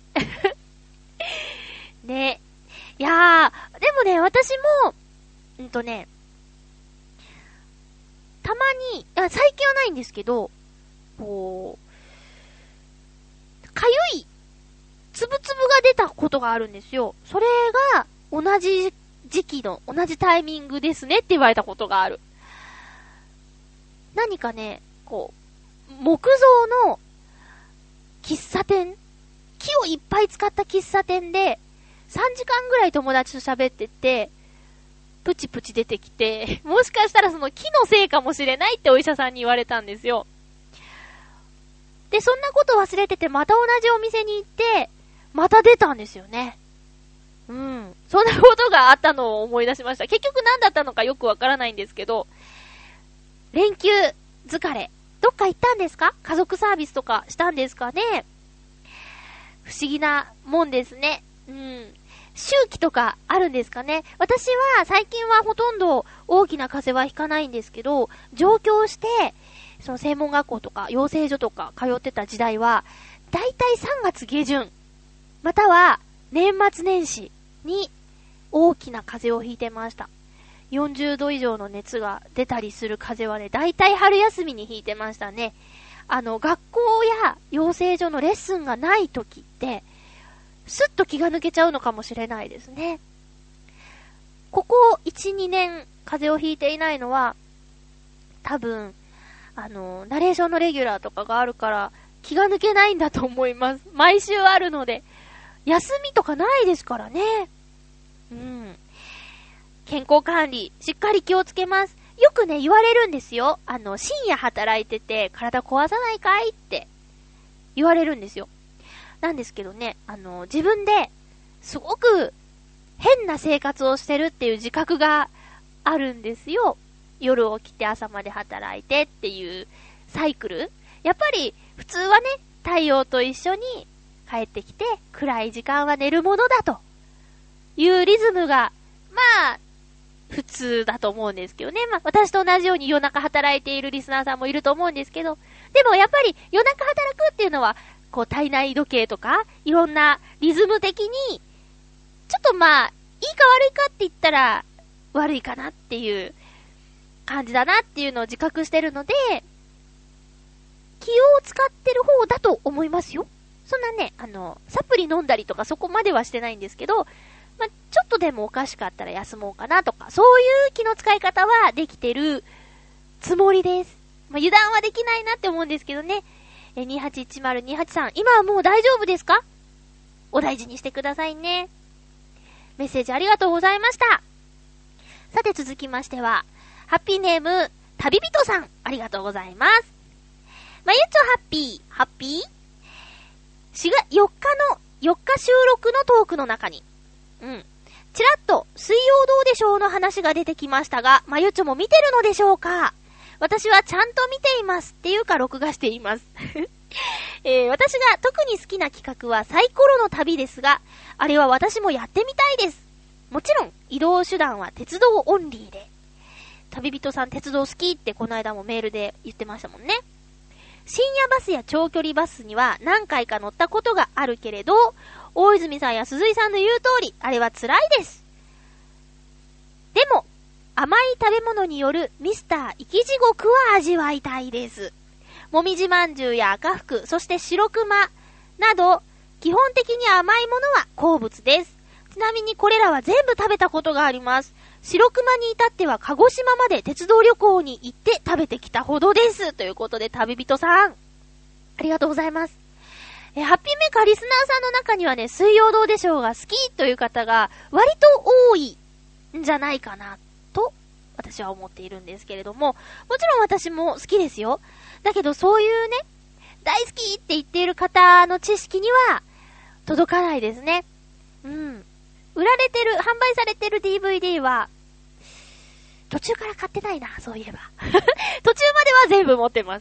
ね。いやー、でもね、私も、たまに、最近はないんですけど、かゆい、つぶつぶが出たことがあるんですよ。それが、同じ時期の、同じタイミングですねって言われたことがある。何かね、木造の喫茶店、木をいっぱい使った喫茶店で、3時間ぐらい友達と喋ってて、プチプチ出てきて、もしかしたらその木のせいかもしれないってお医者さんに言われたんですよ。で、そんなこと忘れてて、また同じお店に行って、また出たんですよね。そんなことがあったのを思い出しました。結局何だったのかよくわからないんですけど、連休疲れ、どっか行ったんですか？家族サービスとかしたんですかね？不思議なもんですね。周期とかあるんですかね。私は最近はほとんど大きな風邪はひかないんですけど、上京してその専門学校とか養成所とか通ってた時代はだいたい3月下旬または年末年始に大きな風邪をひいてました。 40度以上の熱が出たりする風邪はね、だいたい春休みにひいてましたね。学校や養成所のレッスンがない時って、すっと気が抜けちゃうのかもしれないですね。ここ 1,2 年風邪をひいていないのは、多分、ナレーションのレギュラーとかがあるから気が抜けないんだと思います。毎週あるので。休みとかないですからね。健康管理、しっかり気をつけます。よくね、言われるんですよ。深夜働いてて体壊さないかいって言われるんですよ。なんですけどね、自分ですごく変な生活をしてるっていう自覚があるんですよ。夜起きて朝まで働いてっていうサイクル。やっぱり普通はね、太陽と一緒に帰ってきて暗い時間は寝るものだというリズムが、まあ、普通だと思うんですけどね。まあ、私と同じように夜中働いているリスナーさんもいると思うんですけど、でもやっぱり夜中働くっていうのは、こう体内時計とか、いろんなリズム的に、ちょっとまあ、いいか悪いかって言ったら、悪いかなっていう感じだなっていうのを自覚してるので、気を使ってる方だと思いますよ。そんなね、サプリ飲んだりとかそこまではしてないんですけど、まあ、ちょっとでもおかしかったら休もうかなとか、そういう気の使い方はできてるつもりです。まあ、油断はできないなって思うんですけどね。281028さん、今はもう大丈夫ですか？お大事にしてくださいね。メッセージありがとうございました。さて続きましては、ハッピーネーム、旅人さん、ありがとうございます。まゆっちょハッピー4日収録のトークの中に、ちらっと水曜どうでしょうの話が出てきましたが、まゆっちょも見てるのでしょうか？私はちゃんと見ていますっていうか録画しています。私が特に好きな企画はサイコロの旅ですが、あれは私もやってみたいです。もちろん移動手段は鉄道オンリーで。旅人さん鉄道好きってこの間もメールで言ってましたもんね。深夜バスや長距離バスには何回か乗ったことがあるけれど、大泉さんや鈴井さんの言う通り、あれは辛いです。でも、甘い食べ物によるミスター生き地獄は味わいたいです。もみじまんじゅうや赤福、そして白熊など、基本的に甘いものは好物です。ちなみにこれらは全部食べたことがあります。白熊に至っては鹿児島まで鉄道旅行に行って食べてきたほどです。ということで旅人さん、ありがとうございます。ハッピーメーカーリスナーさんの中にはね、水曜どうでしょうが好きという方が割と多いんじゃないかなと私は思っているんですけれども、もちろん私も好きですよ。だけどそういうね、大好きって言っている方の知識には届かないですね。売られてる、販売されてる DVD は途中から買ってないな、そういえば。途中までは全部持ってます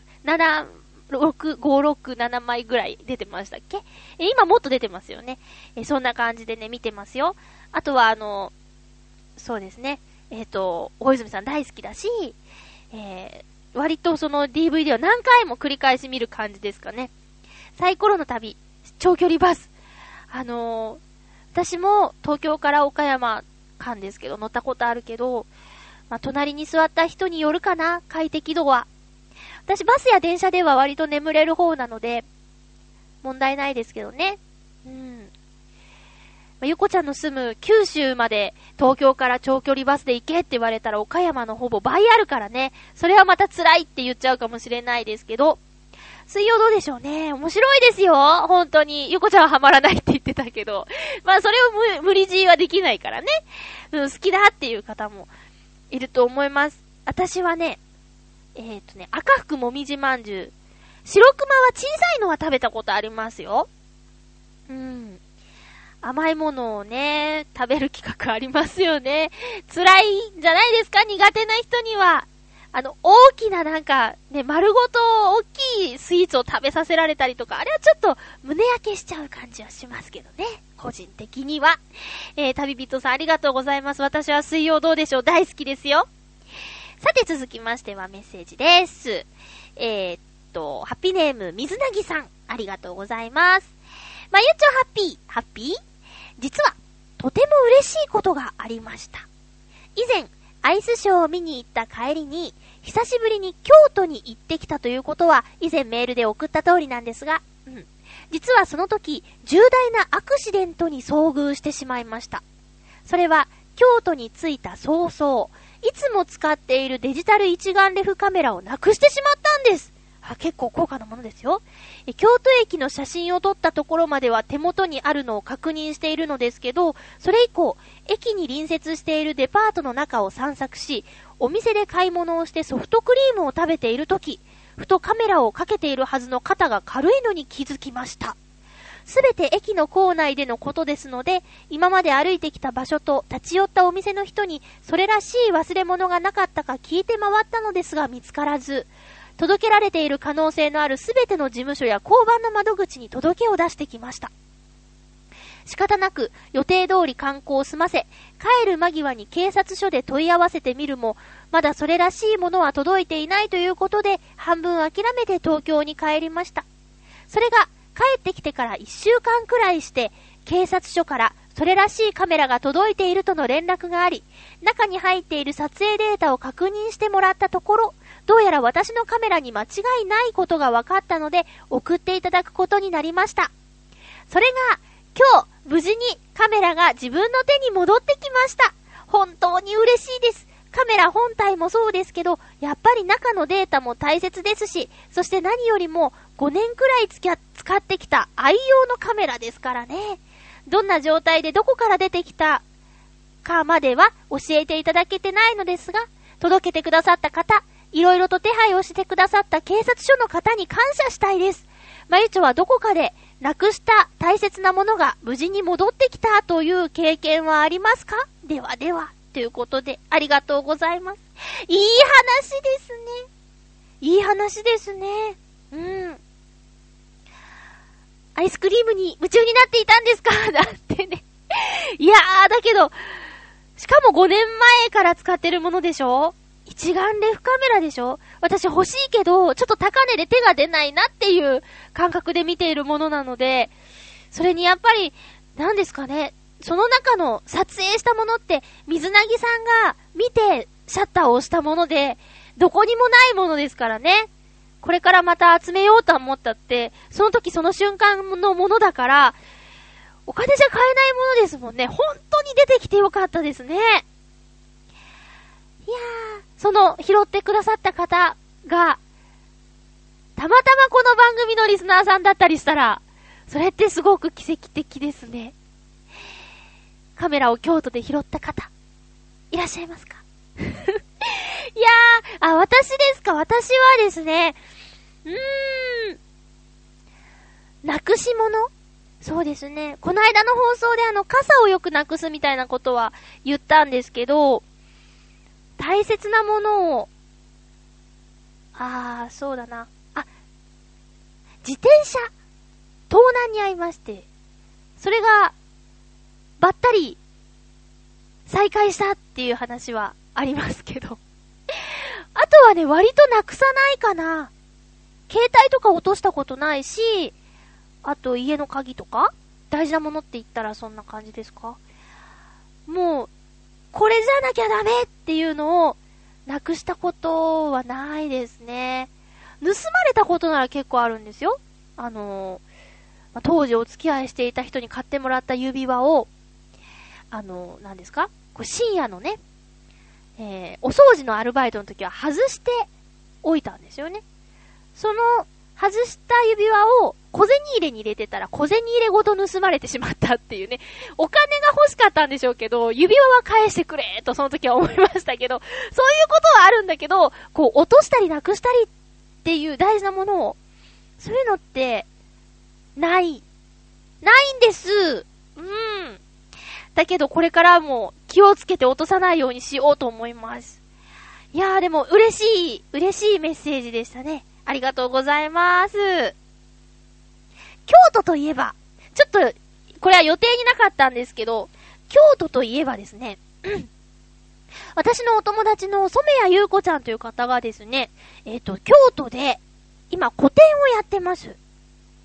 。7 枚ぐらい出てましたっけ？今もっと出てますよね。そんな感じでね、見てますよ。あとはそうですね。大泉さん大好きだし、割とその DVD を何回も繰り返し見る感じですかね。サイコロの旅、長距離バス。私も東京から岡山間ですけど乗ったことあるけど、まあ、隣に座った人によるかな、快適度は。私バスや電車では割と眠れる方なので問題ないですけどね。ゆこちゃんの住む九州まで東京から長距離バスで行けって言われたら岡山のほぼ倍あるからね。それはまた辛いって言っちゃうかもしれないですけど、水曜どうでしょうね。面白いですよ。本当に。ゆこちゃんはハマらないって言ってたけど。まあそれを無理強いはできないからね。好きだっていう方もいると思います。私はね、赤福もみじまんじゅう。白熊は小さいのは食べたことありますよ。甘いものをね、食べる企画ありますよね。辛いんじゃないですか、苦手な人には。大きななんか、ね、丸ごと大きいスイーツを食べさせられたりとか、あれはちょっと胸焼けしちゃう感じはしますけどね。個人的には。旅人さんありがとうございます。私は水曜どうでしょう大好きですよ。さて続きましてはメッセージです。ハッピーネーム水なぎさんありがとうございます。まゆっちょハッピー実はとても嬉しいことがありました。以前アイスショーを見に行った帰りに、久しぶりに京都に行ってきたということは、以前メールで送った通りなんですが、実はその時、重大なアクシデントに遭遇してしまいました。それは、京都に着いた早々、いつも使っているデジタル一眼レフカメラをなくしてしまったんです。結構高価なものですよ。京都駅の写真を撮ったところまでは手元にあるのを確認しているのですけど、それ以降、駅に隣接しているデパートの中を散策し、お店で買い物をしてソフトクリームを食べているとき、ふとカメラをかけているはずの肩が軽いのに気づきました。すべて駅の構内でのことですので、今まで歩いてきた場所と立ち寄ったお店の人にそれらしい忘れ物がなかったか聞いて回ったのですが見つからず、届けられている可能性のあるすべての事務所や交番の窓口に届けを出してきました。仕方なく予定通り観光を済ませ、帰る間際に警察署で問い合わせてみるも、まだそれらしいものは届いていないということで、半分諦めて東京に帰りました。それが帰ってきてから1週間くらいして、警察署からそれらしいカメラが届いているとの連絡があり、中に入っている撮影データを確認してもらったところ、どうやら私のカメラに間違いないことが分かったので、送っていただくことになりました。それが、今日、無事にカメラが自分の手に戻ってきました。本当に嬉しいです。カメラ本体もそうですけど、やっぱり中のデータも大切ですし、そして何よりも5年くらい使ってきた愛用のカメラですからね。どんな状態でどこから出てきたかまでは教えていただけてないのですが、届けてくださった方、いろいろと手配をしてくださった警察署の方に感謝したいです。まゆちょはどこかでなくした大切なものが無事に戻ってきたという経験はありますか？ではでは。ということで、ありがとうございます。いい話ですね。いい話ですね。アイスクリームに夢中になっていたんですか？だってね。いやー、だけど、しかも5年前から使ってるものでしょ？一眼レフカメラでしょ？私欲しいけど、ちょっと高値で手が出ないなっていう感覚で見ているものなので、それにやっぱり、何ですかね、その中の撮影したものって、水なぎさんが見てシャッターを押したもので、どこにもないものですからね。これからまた集めようと思ったって、その時その瞬間のものだから、お金じゃ買えないものですもんね。本当に出てきてよかったですね。いやー、その拾ってくださった方が、たまたまこの番組のリスナーさんだったりしたら、それってすごく奇跡的ですね。カメラを京都で拾った方、いらっしゃいますか？いやー、私ですか？私はですね、なくし物？そうですね。この間の放送で傘をよくなくすみたいなことは言ったんですけど、大切なものを、そうだな。自転車、盗難に遭いまして、それが、ばったり、再開したっていう話はありますけど。あとはね、割となくさないかな。携帯とか落としたことないし、あと家の鍵とか大事なものって言ったらそんな感じですか？もう、これじゃなきゃダメっていうのをなくしたことはないですね。盗まれたことなら結構あるんですよ。当時お付き合いしていた人に買ってもらった指輪を、何ですか？これ深夜のね、お掃除のアルバイトの時は外しておいたんですよね。その外した指輪を小銭入れに入れてたら小銭入れごと盗まれてしまったっていうね。お金が欲しかったんでしょうけど、指輪は返してくれとその時は思いましたけど、そういうことはあるんだけど、こう落としたりなくしたりっていう大事なものを、そういうのってないんです。だけどこれからも気をつけて落とさないようにしようと思います。いやー、でも嬉しいメッセージでしたね。ありがとうございます。京都といえば、ちょっとこれは予定になかったんですけど、京都といえばですね、私のお友達の染谷優子ちゃんという方がですね、京都で今個展をやってます。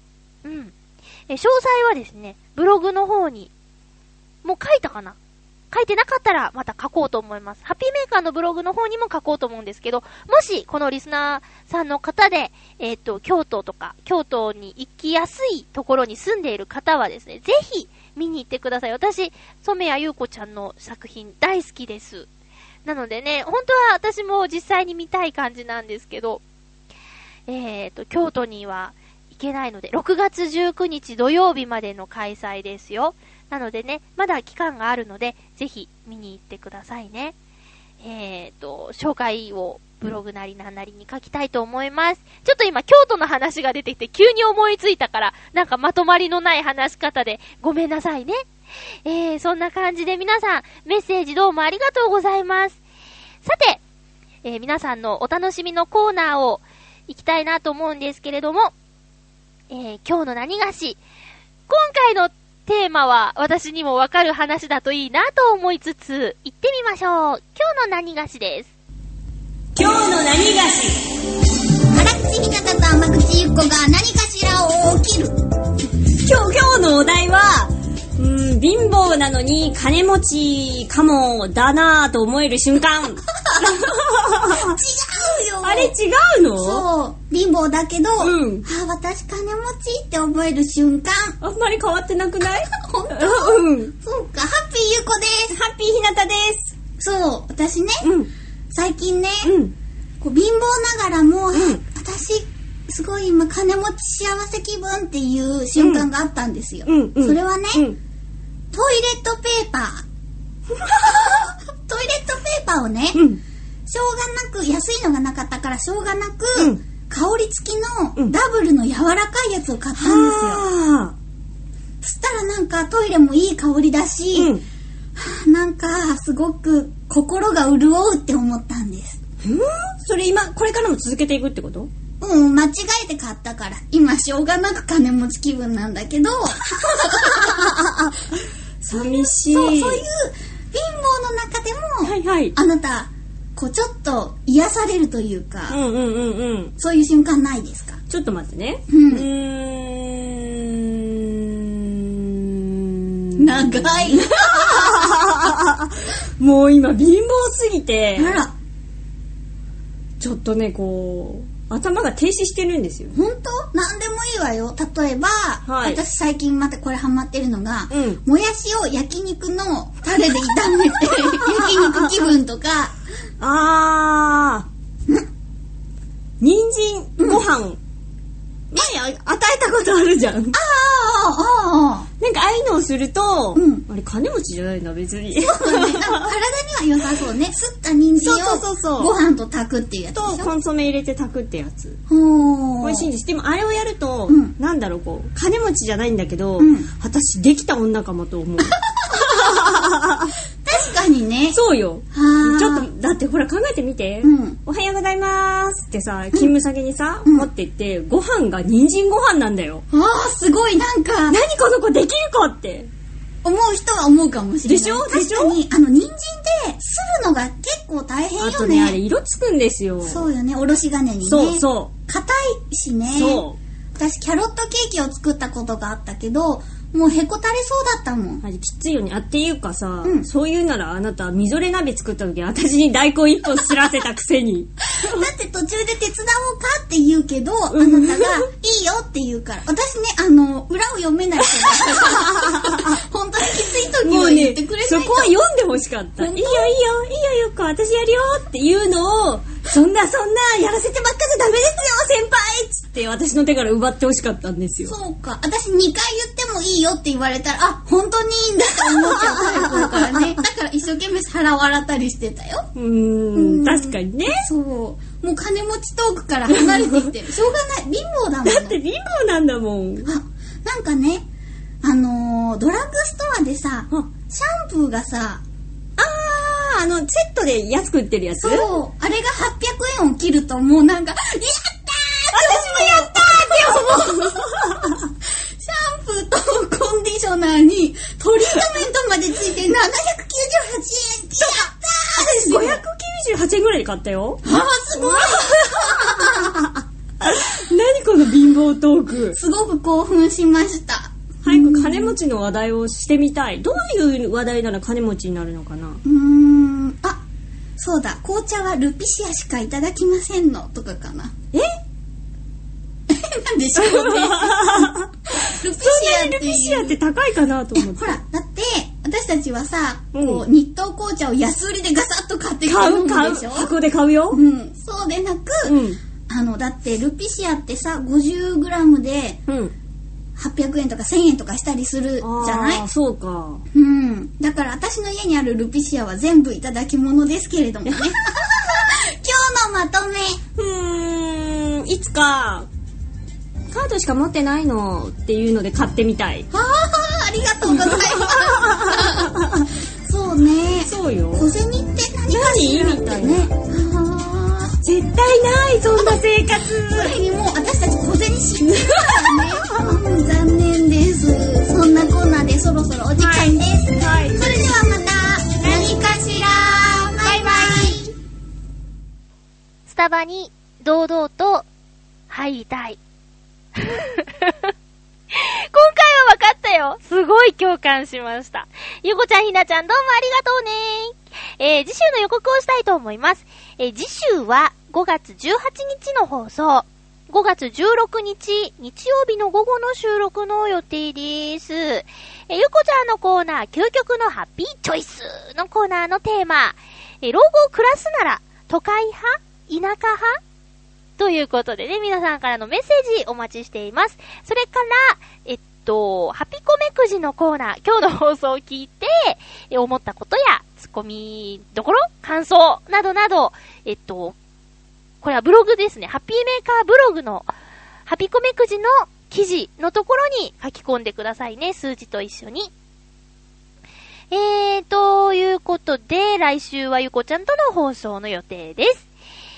詳細はですね、ブログの方にもう書いたかな書いてなかったらまた書こうと思います。ハッピーメーカーのブログの方にも書こうと思うんですけど、もしこのリスナーさんの方で、京都とか、京都に行きやすいところに住んでいる方はですね、ぜひ見に行ってください。私、染谷優子ちゃんの作品大好きです。なのでね、本当は私も実際に見たい感じなんですけど、京都には行けないので、6月19日土曜日までの開催ですよ。なのでね、まだ期間があるので、ぜひ見に行ってくださいね。紹介をブログなりなんなりに書きたいと思います。ちょっと今、京都の話が出てきて、急に思いついたから、なんかまとまりのない話し方で、ごめんなさいね。そんな感じで皆さん、メッセージどうもありがとうございます。さて、皆さんのお楽しみのコーナーを行きたいなと思うんですけれども、今日の何がし、今回のテーマは私にもわかる話だといいなと思いつつ、行ってみましょう。今日の何がしです。 今日の何がし。 原口ひなたと天口ゆっこが何かしらを起きる。 今日のお題は、貧乏なのに金持ちかもだなぁと思える瞬間。違うよ。 あれ違うの？ そう。貧乏だけど、私金持ちって思える瞬間。 あんまり変わってなくない？ 本当？そうか。ハッピーゆうこです。 ハッピーひなたです。 そう。私ね、最近ね、こう貧乏ながらも、私すごい今金持ち幸せ気分っていう瞬間があったんですよ。それはね、トイレットペーパー。トイレットペーパーをね、しょうがなく、安いのがなかったからしょうがなく、香り付きのダブルの柔らかいやつを買ったんですよ。そしたらなんかトイレもいい香りだし、なんかすごく心が潤うって思ったんです。 それ今これからも続けていくってこと？ 間違えて買ったから今しょうがなく金持ち気分なんだけど寂しい。 そういう貧乏の中でも、あなたこうちょっと癒されるというか、そういう瞬間ないですか？ ちょっと待ってね。 長い。 もう今貧乏すぎて、 あら、 ちょっとねこう頭が停止してるんですよ。 本当？なんでもいいわよ。例えば、私最近またこれハマってるのが、もやしを焼肉のタレで炒めて焼肉気分とか。 人参ご飯、前与えたことあるじゃん。なんかああいうのをすると、あれ金持ちじゃないな別に。 そうね。なんか体には良さそうね。すった人参をご飯と炊くっていうやつでしょ。 とコンソメ入れて炊くってやつ。美味しいんです。でもあれをやると、なんだろうこう金持ちじゃないんだけど、私できた女かもと思う。 確かにね。 そうよ。ちょっとだってほら考えてみて、おはようございますってさ勤務先にさ、持って行ってご飯が人参ご飯なんだよ。 すごいなんか何この子できる子って思う人は思うかもしれない。 でしょ？ 確かに人参でするのが結構大変よね。 あとねあれ色つくんですよ。 そうよね。おろし金にね。 そう硬いしね。 そう私キャロットケーキを作ったことがあったけどもうへこたれそうだったもん。 あれきついよね。っていうかさ、そういうならあなたみぞれ鍋作った時私に大根一本すらせたくせにだって途中で手伝おうかって言うけど、あなたがいいよって言うから私ね裏を読めないから本当にきつい時は言ってくれないと、 そこは読んでほしかった。いいよゆっこ私やるよっていうのをそんなやらせてばっかじゃダメですよ先輩っつって私の手から奪ってほしかったんですよ。 そうか。私2回言ってもいいよって言われたら本当にいいんだと思っちゃうタイプだからね。だから一生懸命腹笑ったりしてたよ。 確かにね。 そうもう金持ちトークから離れてきてる。しょうがない貧乏だもん。 だって貧乏なんだもん。 なんかねドラッグストアでさシャンプーがさセットで安く売ってるやつ。 そうあれが800円を切るともうなんかやったー私もやったーって思う。シャンプーとコンディショナーにトリートメントまでついて798円。やったー。私598円ぐらいで買ったよ。 すごい。 何この貧乏トーク。 すごく興奮しました。 早く金持ちの話題をしてみたい。どういう話題なら金持ちになるのかな。 あ、そうだ、紅茶はルピシアしかいただきませんのとかかな。なんでしょうね。 ルピシアって高いかなと思って。 ほら、だって私たちはさ、こう日東紅茶を安売りでガサッと買ってきて飲むでしょ。 箱で買うよ。 そうでなく、だってルピシアってさ 50g で800円とか1000円とかしたりするじゃない。 そうか。 だから私の家にあるルピシアは全部いただき物ですけれどもね。今日のまとめ。 いつかカードしか持ってないのっていうので買ってみたい。 ありがとうございます。そうね。 そうよ。 小銭って何かしらってね。 絶対ないそんな生活。 それにもう私たち小銭知ってるからね。残念です。そんなコーナーでそろそろお時間です。それではまた何かしら。バイバイ。 スタバに堂々と入りたい。今回は分かったよ。すごい共感しました。ゆこちゃん、ひなちゃん、どうもありがとうね。次週の予告をしたいと思います。次週は5月18日の放送、5月16日日曜日の午後の収録の予定です。ゆこちゃんのコーナー、究極のハッピーチョイスのコーナーのテーマ、老後を暮らすなら都会派？田舎派？ということでね、皆さんからのメッセージお待ちしています。それから、ハピコメくじのコーナー、今日の放送を聞いて、思ったことや、ツッコミどころ、感想、などなど、これはブログですね。ハッピーメーカーブログの、ハピコメくじの記事のところに書き込んでくださいね。数字と一緒に。ということで、来週はゆこちゃんとの放送の予定です。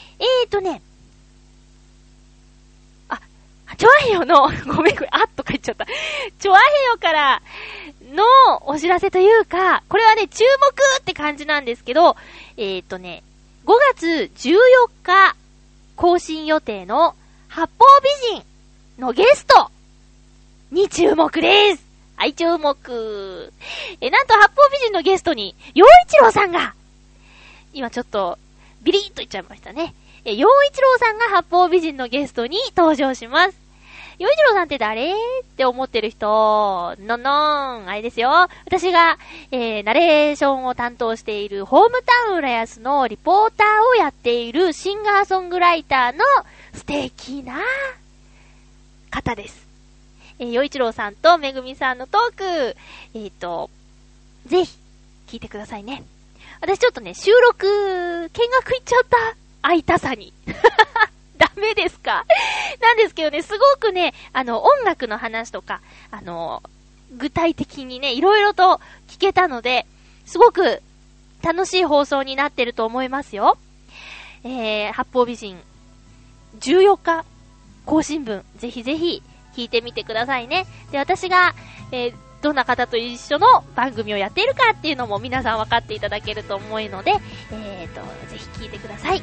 チョアヘヨの、ごめん、これ、とか言っちゃった。チョアヘヨからのお知らせというか、これはね、注目って感じなんですけど、5月14日更新予定の八方美人のゲストに注目です。はい、注目。なんと八方美人のゲストに、陽一郎さんが、今ちょっと、ビリッと言っちゃいましたね。陽一郎さんが八方美人のゲストに登場します。陽一郎さんって誰って思ってる人、あれですよ。私が、ナレーションを担当しているホームタウン浦安のリポーターをやっているシンガーソングライターの素敵な方です。陽一郎さんとめぐみさんのトーク、ぜひ聞いてくださいね。私ちょっとね、収録、見学行っちゃった。会いたさに。ダメですか？なんですけどね、すごくね、音楽の話とか、具体的にね、いろいろと聞けたので、すごく楽しい放送になってると思いますよ。八方美人、14日更新分、ぜひぜひ聞いてみてくださいね。で、私が、どんな方と一緒の番組をやっているかっていうのも皆さん分かっていただけると思うので、ぜひ聞いてください。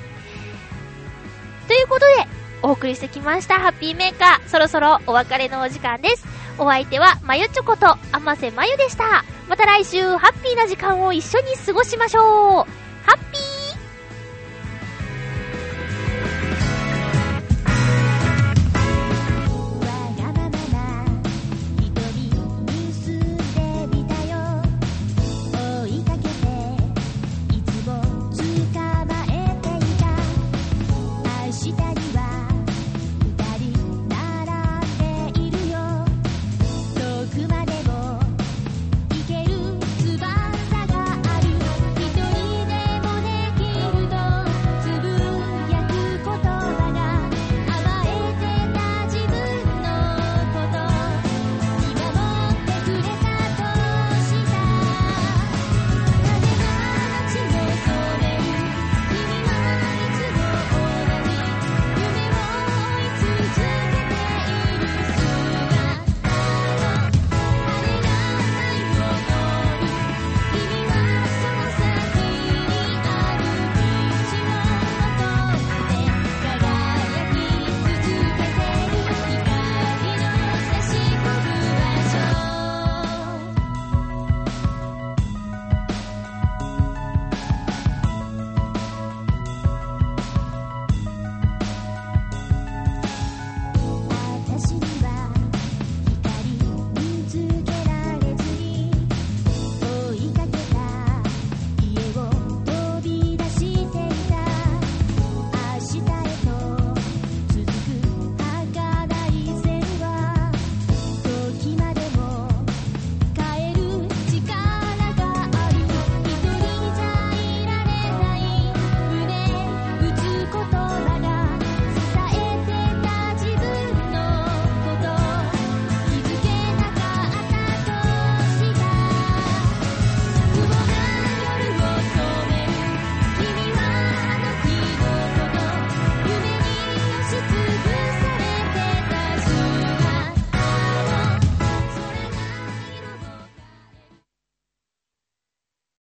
ということで、お送りしてきましたハッピーメーカー、そろそろお別れのお時間です。お相手はまゆちょことあませまゆでした。また来週ハッピーな時間を一緒に過ごしましょう。